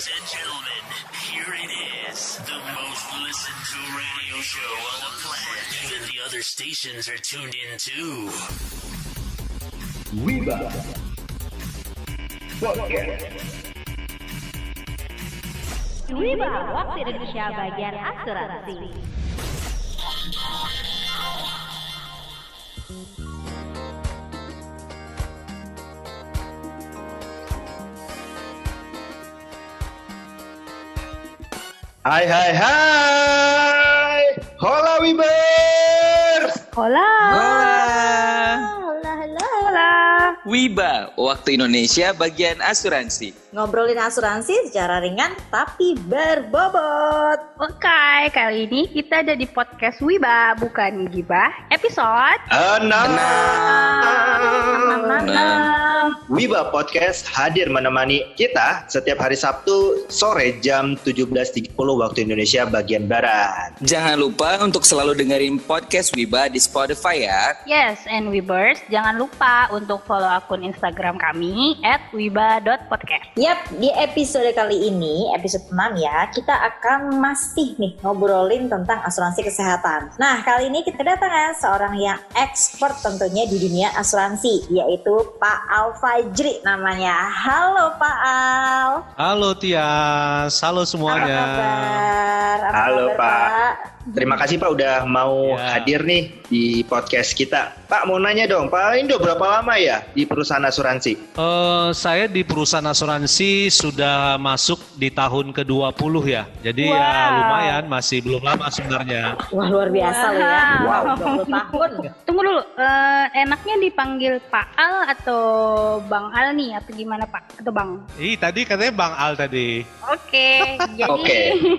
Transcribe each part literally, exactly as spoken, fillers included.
Ladies and gentlemen, here it is, the most listened to radio show on the planet. Even the other stations are tuned in too. Wiba Podcast. Wiba, waktu Indonesia bagian asuransi. Hai hai hai. Hola Wibers. Hola. Hola. Hola, halo. Hola. Wiba, waktu Indonesia bagian asuransi. Ngobrolin asuransi secara ringan tapi berbobot. Oke, kali ini kita ada di podcast Wiba, bukan Gibah. Episode Enam. Enam. Wiba Podcast hadir menemani kita setiap hari Sabtu sore jam tujuh belas tiga puluh waktu Indonesia bagian Barat. Jangan lupa untuk selalu dengerin podcast Wiba di Spotify ya. Yes, and Wibers, jangan lupa untuk follow akun Instagram kami at wiba dot podcast. Yap, di episode kali ini, episode enam ya, kita akan masih nih ngobrolin tentang asuransi kesehatan. Nah, kali ini kita kedatangan seorang yang expert tentunya di dunia asuransi, yaitu Pak Al Fajri namanya. Halo Pak Al. Halo Tias, halo semuanya. Apa kabar? Apa Halo, kabar, Pak. Pak? Terima kasih Pak udah mau Ya. hadir nih di podcast kita. Pak mau nanya dong, Pak ini udah berapa lama ya di perusahaan asuransi? Eh, saya di perusahaan asuransi sudah masuk di tahun ke dua puluh ya. Jadi ya Wow. lumayan, masih belum lama sebenarnya. Wah, luar biasa loh ya. Wow. Wow, dua puluh tahun. Tunggu dulu, eh, enaknya dipanggil Pak Al atau Bang Al nih, atau gimana Pak? Atau Bang? Ih, tadi katanya Bang Al tadi. Oke, jadi Oke.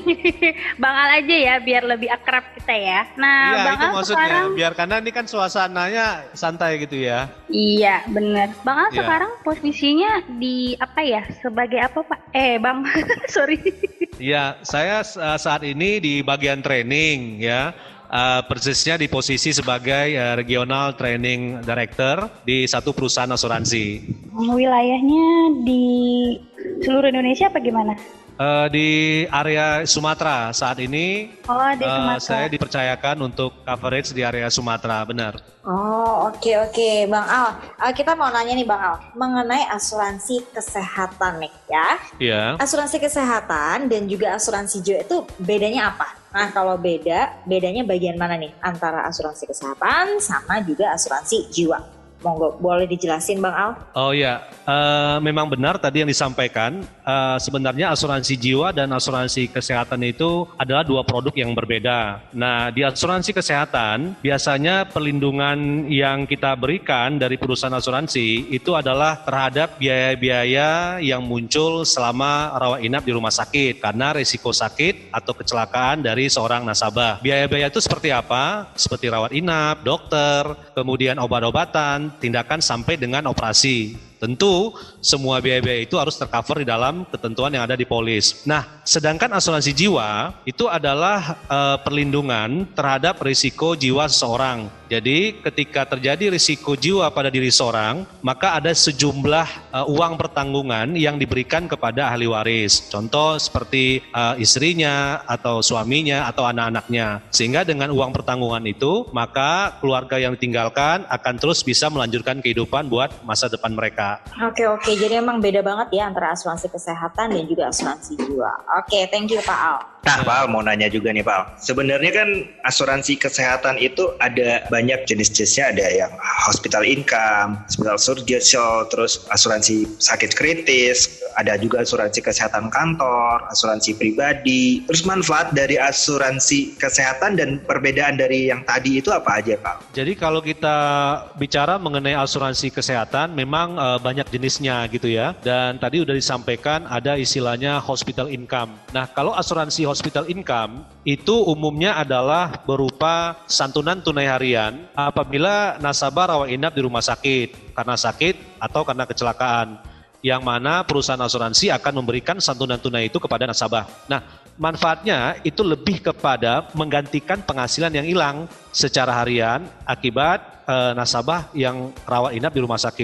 Bang Al aja ya, biar lebih akrab kita ya. Nah, Iya, Bang itu Al maksudnya. sekarang, Biar karena ini kan suasananya santai gitu ya. iya bener. Bang Al Iya. sekarang posisinya di apa ya? Sebagai apa Pak? Eh Bang, sorry. Iya, saya uh, saat ini di bagian training ya. Uh, persisnya di posisi sebagai uh, Regional Training Director di satu perusahaan asuransi. Wilayahnya di seluruh Indonesia apa gimana? Uh, di area Sumatera saat ini. Oh, di Uh, Sumatera. saya dipercayakan untuk coverage di area Sumatera, benar. Oh, oke oke Bang Al. Uh, kita mau nanya nih Bang Al mengenai asuransi kesehatan nih ya. Iya. Asuransi kesehatan dan juga asuransi jiwa itu bedanya apa? Nah, kalau beda, bedanya bagian mana nih antara asuransi kesehatan sama juga asuransi jiwa? Monggo, boleh dijelasin Bang Al? Oh ya, uh, memang benar tadi yang disampaikan. Uh, sebenarnya asuransi jiwa dan asuransi kesehatan itu adalah dua produk yang berbeda. Nah, di asuransi kesehatan biasanya perlindungan yang kita berikan dari perusahaan asuransi itu adalah terhadap biaya-biaya yang muncul selama rawat inap di rumah sakit karena risiko sakit atau kecelakaan dari seorang nasabah. Biaya-biaya itu seperti apa? Seperti rawat inap, dokter, kemudian obat-obatan, tindakan sampai dengan operasi. Tentu semua biaya-biaya itu harus tercover di dalam ketentuan yang ada di polis. Nah, sedangkan asuransi jiwa itu adalah uh, perlindungan terhadap risiko jiwa seseorang. Jadi ketika terjadi risiko jiwa pada diri seorang, maka ada sejumlah uh, uang pertanggungan yang diberikan kepada ahli waris. Contoh seperti uh, istrinya atau suaminya atau anak-anaknya. Sehingga dengan uang pertanggungan itu, maka keluarga yang ditinggalkan akan terus bisa melanjutkan kehidupan buat masa depan mereka. Oke oke, jadi emang beda banget ya antara asuransi kesehatan dan juga asuransi jiwa. Oke, thank you Pak Al. Nah Pak Al mau nanya juga nih Pak Al. Sebenarnya kan asuransi kesehatan itu ada banyak jenis-jenisnya. Ada yang hospital income, hospital surgical, terus asuransi sakit kritis, ada juga asuransi kesehatan kantor, asuransi pribadi. Terus manfaat dari asuransi kesehatan dan perbedaan dari yang tadi itu apa aja Pak? Jadi kalau kita bicara mengenai asuransi kesehatan memang uh, banyak jenisnya gitu ya. Dan tadi udah disampaikan ada istilahnya hospital income. Nah, kalau asuransi hospital income itu umumnya adalah berupa santunan tunai harian apabila nasabah rawat inap di rumah sakit karena sakit atau karena kecelakaan, yang mana perusahaan asuransi akan memberikan santunan tunai itu kepada nasabah. Nah, manfaatnya itu lebih kepada menggantikan penghasilan yang hilang secara harian akibat e, nasabah yang rawat inap di rumah sakit.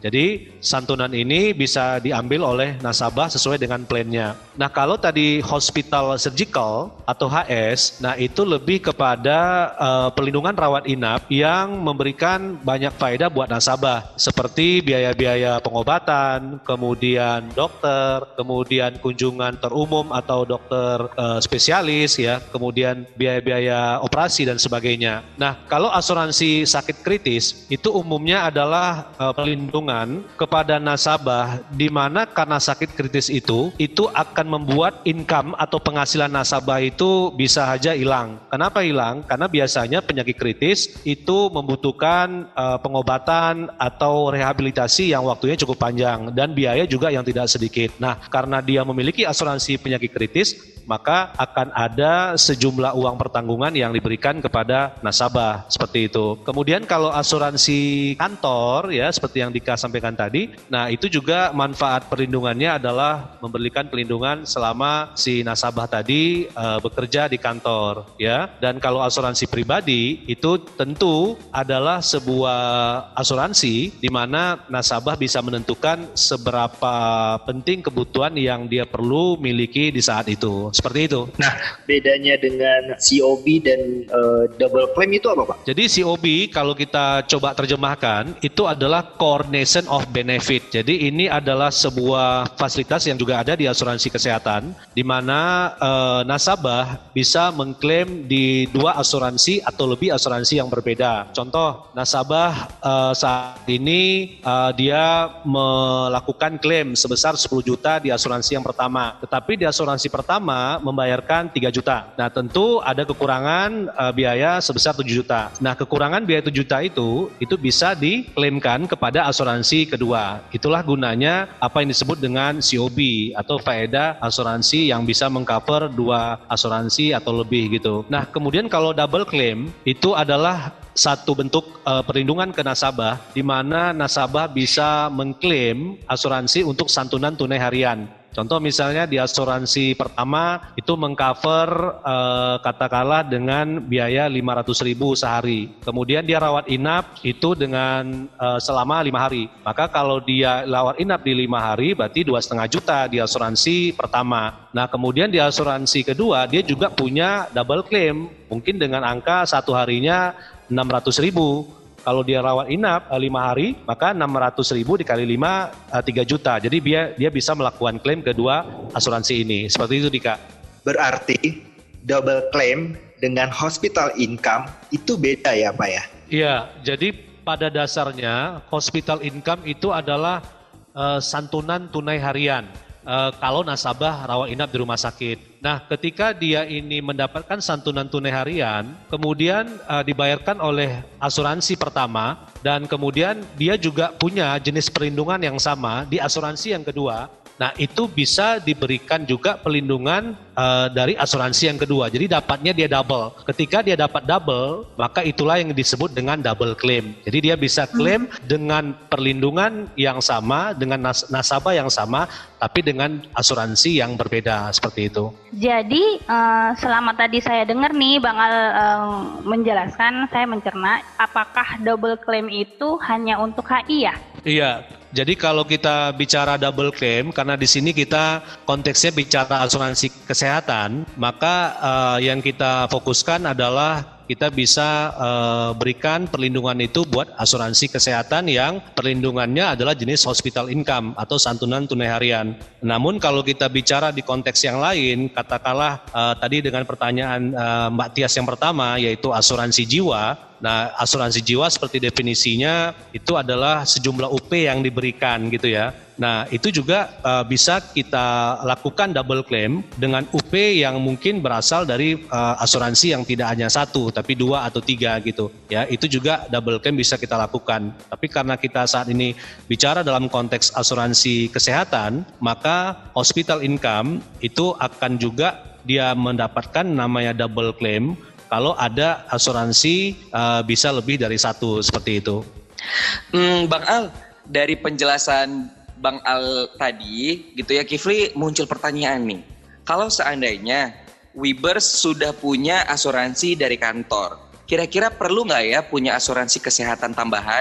Jadi santunan ini bisa diambil oleh nasabah sesuai dengan plannya. Nah kalau tadi hospital surgical atau H S, nah itu lebih kepada uh, perlindungan rawat inap yang memberikan banyak faedah buat nasabah seperti biaya-biaya pengobatan, kemudian dokter, kemudian kunjungan terumum atau dokter uh, spesialis ya, kemudian biaya-biaya operasi dan sebagainya. Nah kalau asuransi sakit kritis itu umumnya adalah uh, perlindungan kepada nasabah di mana karena sakit kritis itu itu akan membuat income atau penghasilan nasabah itu bisa saja hilang. Kenapa hilang? Karena biasanya penyakit kritis itu membutuhkan uh, pengobatan atau rehabilitasi yang waktunya cukup panjang dan biaya juga yang tidak sedikit. Nah, karena dia memiliki asuransi penyakit kritis, maka akan ada sejumlah uang pertanggungan yang diberikan kepada nasabah seperti itu. Kemudian kalau asuransi kantor ya seperti yang Dika sampaikan tadi, nah itu juga manfaat perlindungannya adalah memberikan perlindungan selama si nasabah tadi e, bekerja di kantor ya. Dan kalau asuransi pribadi itu tentu adalah sebuah asuransi di mana nasabah bisa menentukan seberapa penting kebutuhan yang dia perlu miliki di saat itu. Seperti itu. Nah, bedanya dengan C O B dan uh, double claim itu apa, Pak? Jadi C O B kalau kita coba terjemahkan itu adalah coordination of benefit. Jadi ini adalah sebuah fasilitas yang juga ada di asuransi kesehatan di mana uh, nasabah bisa mengklaim di dua asuransi atau lebih asuransi yang berbeda. Contoh, nasabah uh, saat ini uh, dia melakukan klaim sebesar sepuluh juta di asuransi yang pertama. Tetapi di asuransi pertama membayarkan tiga juta. Nah, tentu ada kekurangan uh, biaya sebesar tujuh juta. Nah, kekurangan biaya tujuh juta itu itu bisa diklaimkan kepada asuransi kedua. Itulah gunanya apa yang disebut dengan C O B atau faedah asuransi yang bisa mengcover dua asuransi atau lebih gitu. Nah, kemudian kalau double claim itu adalah satu bentuk uh, perlindungan ke nasabah di mana nasabah bisa mengklaim asuransi untuk santunan tunai harian. Contoh misalnya di asuransi pertama itu mengcover eh, katakanlah dengan biaya lima ratus ribu sehari. Kemudian dia rawat inap itu dengan eh, selama lima hari. Maka kalau dia rawat inap di lima hari berarti dua setengah juta di asuransi pertama. Nah kemudian di asuransi kedua dia juga punya double claim. Mungkin dengan angka satu harinya enam ratus ribu. Kalau dia rawat inap lima hari, maka enam ratus ribu dikali lima, tiga juta. Jadi dia dia bisa melakukan klaim kedua asuransi ini. Seperti itu, Dika. Berarti double claim dengan hospital income itu beda ya, Pak ya? Iya, jadi pada dasarnya hospital income itu adalah uh, santunan tunai harian. Uh, kalau nasabah rawat inap di rumah sakit. Nah, ketika dia ini mendapatkan santunan tunai harian, kemudian uh, dibayarkan oleh asuransi pertama, dan kemudian dia juga punya jenis perlindungan yang sama di asuransi yang kedua. Nah, itu bisa diberikan juga perlindungan uh, dari asuransi yang kedua. Jadi dapatnya dia double. Ketika dia dapat double, maka itulah yang disebut dengan double claim. Jadi dia bisa klaim hmm. dengan perlindungan yang sama, dengan nas- nasabah yang sama, tapi dengan asuransi yang berbeda, seperti itu. Jadi uh, selama tadi saya dengar nih Bang Al uh, menjelaskan, saya mencerna, apakah double claim itu hanya untuk H I ya? Iya. Jadi kalau kita bicara double claim, karena di sini kita konteksnya bicara asuransi kesehatan, maka uh, yang kita fokuskan adalah kita bisa uh, berikan perlindungan itu buat asuransi kesehatan yang perlindungannya adalah jenis hospital income atau santunan tunai harian. Namun kalau kita bicara di konteks yang lain, katakanlah uh, tadi dengan pertanyaan uh, Mbak Tias yang pertama, yaitu asuransi jiwa. Nah, asuransi jiwa seperti definisinya itu adalah sejumlah U P yang diberikan gitu ya. Nah, itu juga uh, bisa kita lakukan double claim dengan U P yang mungkin berasal dari uh, asuransi yang tidak hanya satu, tapi dua atau tiga gitu. Ya, itu juga double claim bisa kita lakukan. Tapi karena kita saat ini bicara dalam konteks asuransi kesehatan, maka hospital income itu akan juga dia mendapatkan namanya double claim kalau ada asuransi uh, bisa lebih dari satu, seperti itu. Hmm, Bang Al, dari penjelasan Bang Al tadi, gitu ya, Kifli muncul pertanyaan nih. Kalau seandainya Webers sudah punya asuransi dari kantor, kira-kira perlu nggak ya punya asuransi kesehatan tambahan?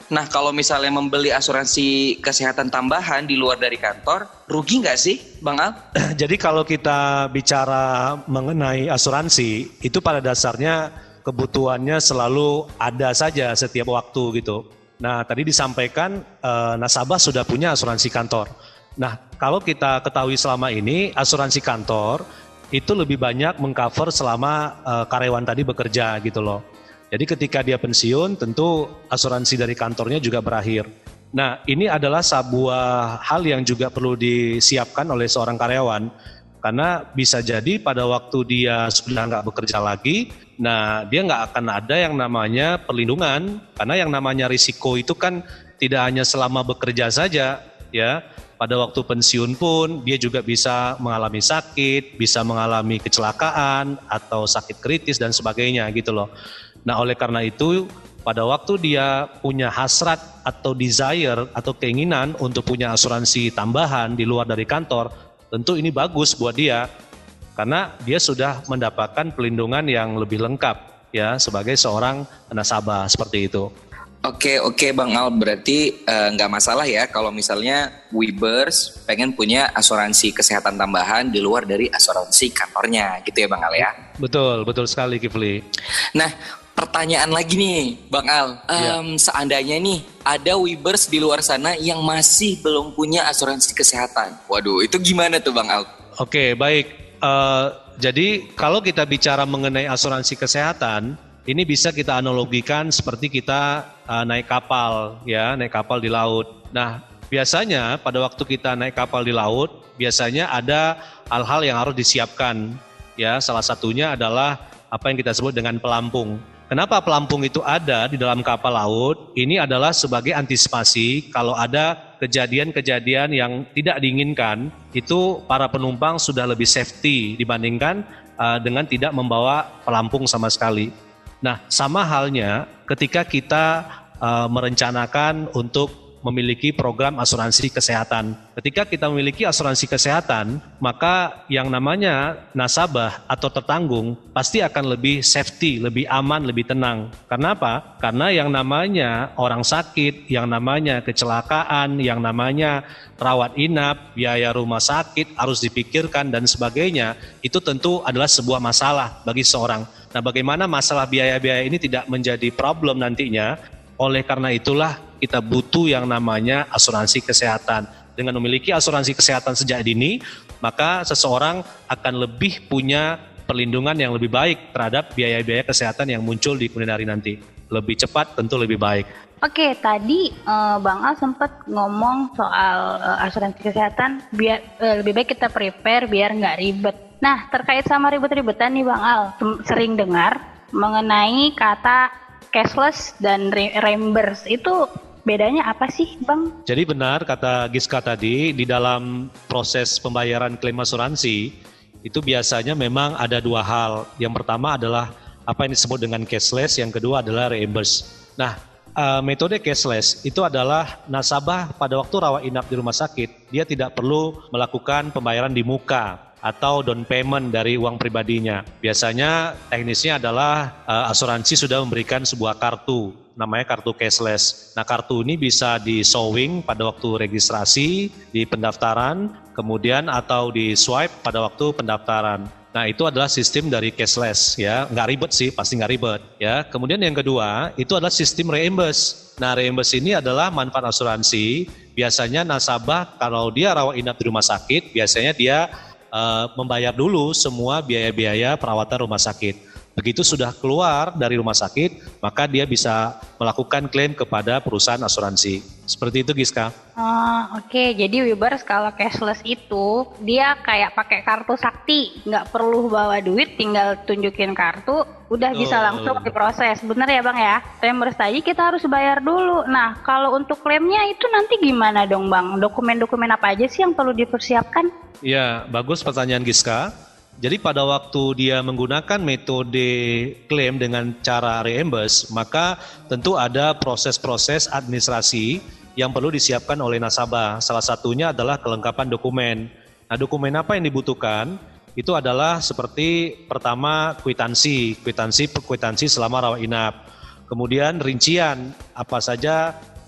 Nah, kalau misalnya membeli asuransi kesehatan tambahan di luar dari kantor, rugi nggak sih, Bang Al? Jadi kalau kita bicara mengenai asuransi, itu pada dasarnya kebutuhannya selalu ada saja setiap waktu gitu. Nah, tadi disampaikan eh, nasabah sudah punya asuransi kantor. Nah, kalau kita ketahui selama ini, asuransi kantor itu lebih banyak mengcover selama eh, karyawan tadi bekerja gitu loh. Jadi ketika dia pensiun, tentu asuransi dari kantornya juga berakhir. Nah, ini adalah sebuah hal yang juga perlu disiapkan oleh seorang karyawan. Karena bisa jadi pada waktu dia sudah nggak bekerja lagi, nah dia nggak akan ada yang namanya perlindungan. Karena yang namanya risiko itu kan tidak hanya selama bekerja saja, ya. Pada waktu pensiun pun dia juga bisa mengalami sakit, bisa mengalami kecelakaan atau sakit kritis dan sebagainya gitu loh. Nah, oleh karena itu pada waktu dia punya hasrat atau desire atau keinginan untuk punya asuransi tambahan di luar dari kantor, tentu ini bagus buat dia karena dia sudah mendapatkan perlindungan yang lebih lengkap ya sebagai seorang nasabah seperti itu. Oke, oke Bang Al, berarti eh, nggak masalah ya kalau misalnya Webers pengen punya asuransi kesehatan tambahan di luar dari asuransi kantornya gitu ya Bang Al ya? Betul, betul sekali Kifli. Nah, pertanyaan lagi nih Bang Al, um, ya. Seandainya nih ada Webers di luar sana yang masih belum punya asuransi kesehatan, waduh itu gimana tuh Bang Al? Oke, baik. Uh, jadi kalau kita bicara mengenai asuransi kesehatan, ini bisa kita analogikan seperti kita uh, naik kapal, ya, naik kapal di laut. Nah, biasanya pada waktu kita naik kapal di laut, biasanya ada hal-hal yang harus disiapkan, ya. Salah satunya adalah apa yang kita sebut dengan pelampung. Kenapa pelampung itu ada di dalam kapal laut? Ini adalah sebagai antisipasi kalau ada kejadian-kejadian yang tidak diinginkan, itu para penumpang sudah lebih safety dibandingkan uh, dengan tidak membawa pelampung sama sekali. Nah, sama halnya ketika kita uh, merencanakan untuk memiliki program asuransi kesehatan. Ketika kita memiliki asuransi kesehatan, maka yang namanya nasabah atau tertanggung pasti akan lebih safety, lebih aman, lebih tenang. Karena apa? Karena yang namanya orang sakit, yang namanya kecelakaan, yang namanya rawat inap, biaya rumah sakit harus dipikirkan dan sebagainya, itu tentu adalah sebuah masalah bagi seorang. Nah, bagaimana masalah biaya-biaya ini tidak menjadi problem nantinya? Oleh karena itulah kita butuh yang namanya asuransi kesehatan. Dengan memiliki asuransi kesehatan sejak dini, maka seseorang akan lebih punya perlindungan yang lebih baik terhadap biaya-biaya kesehatan yang muncul di kemudian hari nanti. Lebih cepat tentu lebih baik. Oke, tadi uh, Bang Al sempat ngomong soal uh, asuransi kesehatan, biar uh, lebih baik kita prepare biar nggak ribet. Nah, terkait sama ribet-ribetan nih Bang Al, sering dengar mengenai kata cashless dan re- reimburse, itu bedanya apa sih Bang? Jadi benar kata Giska tadi, di dalam proses pembayaran klaim asuransi itu biasanya memang ada dua hal. Yang pertama adalah apa yang disebut dengan cashless, yang kedua adalah reimburse. Nah, uh, metode cashless itu adalah nasabah pada waktu rawat inap di rumah sakit, dia tidak perlu melakukan pembayaran di muka atau down payment dari uang pribadinya. Biasanya teknisnya adalah uh, asuransi sudah memberikan sebuah kartu, namanya kartu cashless. Nah, kartu ini bisa di showing pada waktu registrasi, di pendaftaran, kemudian atau di swipe pada waktu pendaftaran. Nah, itu adalah sistem dari cashless, ya, nggak ribet sih, pasti nggak ribet, ya. Kemudian yang kedua, itu adalah sistem reimburse. Nah, reimburse ini adalah manfaat asuransi. Biasanya nasabah kalau dia rawat inap di rumah sakit, biasanya dia Uh, membayar dulu semua biaya-biaya perawatan rumah sakit. Begitu sudah keluar dari rumah sakit, maka dia bisa melakukan klaim kepada perusahaan asuransi. Seperti itu Giska. Oh, oke. Okay. Jadi Webers kalau cashless itu dia kayak pakai kartu sakti, nggak perlu bawa duit, tinggal tunjukin kartu, udah oh. bisa langsung diproses. Bener ya Bang ya? Reimburse tadi kita harus bayar dulu. Nah, kalau untuk klaimnya itu nanti gimana dong Bang? Dokumen-dokumen apa aja sih yang perlu dipersiapkan? Ya, bagus pertanyaan Giska. Jadi pada waktu dia menggunakan metode klaim dengan cara reimburse, maka tentu ada proses-proses administrasi yang perlu disiapkan oleh nasabah. Salah satunya adalah kelengkapan dokumen. Nah, dokumen apa yang dibutuhkan? Itu adalah seperti pertama kwitansi, kwitansi kwitansi selama rawat inap. Kemudian rincian apa saja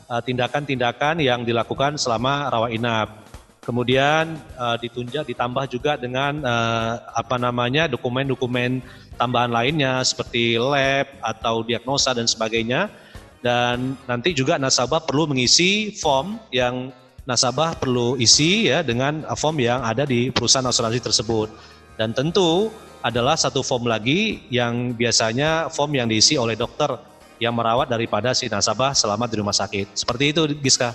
uh, tindakan-tindakan yang dilakukan selama rawat inap. Kemudian uh, ditunjuk ditambah juga dengan uh, apa namanya dokumen-dokumen tambahan lainnya seperti lab atau diagnosa dan sebagainya. Dan nanti juga nasabah perlu mengisi form yang nasabah perlu isi ya dengan form yang ada di perusahaan asuransi tersebut. Dan tentu adalah satu form lagi yang biasanya form yang diisi oleh dokter yang merawat daripada si nasabah selama di rumah sakit. Seperti itu, Giska.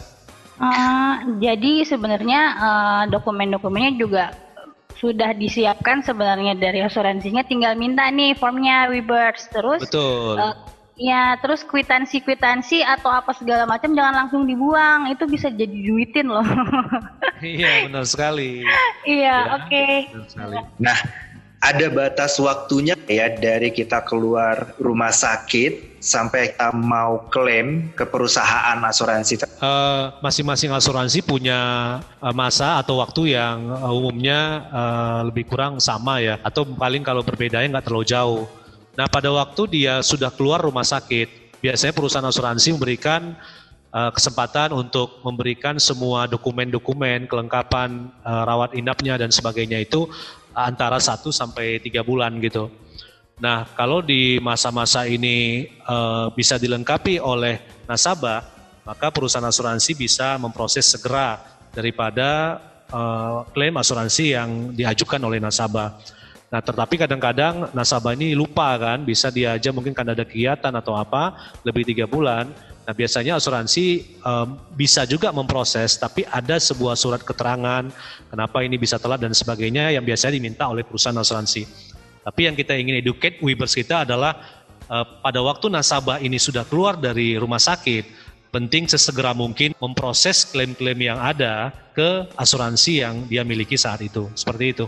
Uh, jadi sebenarnya uh, dokumen-dokumennya juga sudah disiapkan sebenarnya dari asuransinya, tinggal minta nih formnya Webers. Terus betul. Uh, ya terus kwitansi-kwitansi atau apa segala macam jangan langsung dibuang, itu bisa jadi duitin loh. Iya benar sekali. Iya, oke. Okay. Nah, ada batas waktunya ya dari kita keluar rumah sakit sampai kita mau klaim ke perusahaan asuransi. Uh, masing-masing asuransi punya uh, masa atau waktu yang uh, umumnya uh, lebih kurang sama ya, atau paling kalau berbedanya nggak terlalu jauh. Nah pada waktu dia sudah keluar rumah sakit, biasanya perusahaan asuransi memberikan uh, kesempatan untuk memberikan semua dokumen-dokumen kelengkapan uh, rawat inapnya dan sebagainya itu antara satu sampai tiga bulan gitu. Nah, kalau di masa-masa ini uh, bisa dilengkapi oleh nasabah, maka perusahaan asuransi bisa memproses segera daripada uh, klaim asuransi yang diajukan oleh nasabah. Nah, tetapi kadang-kadang nasabah ini lupa kan, bisa dia aja mungkin karena ada kegiatan atau apa, lebih tiga bulan. Nah, biasanya asuransi um, bisa juga memproses, tapi ada sebuah surat keterangan kenapa ini bisa telat dan sebagainya yang biasanya diminta oleh perusahaan asuransi. Tapi yang kita ingin educate Webers kita adalah uh, pada waktu nasabah ini sudah keluar dari rumah sakit, penting sesegera mungkin memproses klaim-klaim yang ada ke asuransi yang dia miliki saat itu. Seperti itu.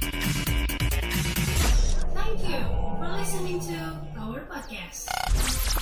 Thank you for listening to our podcast.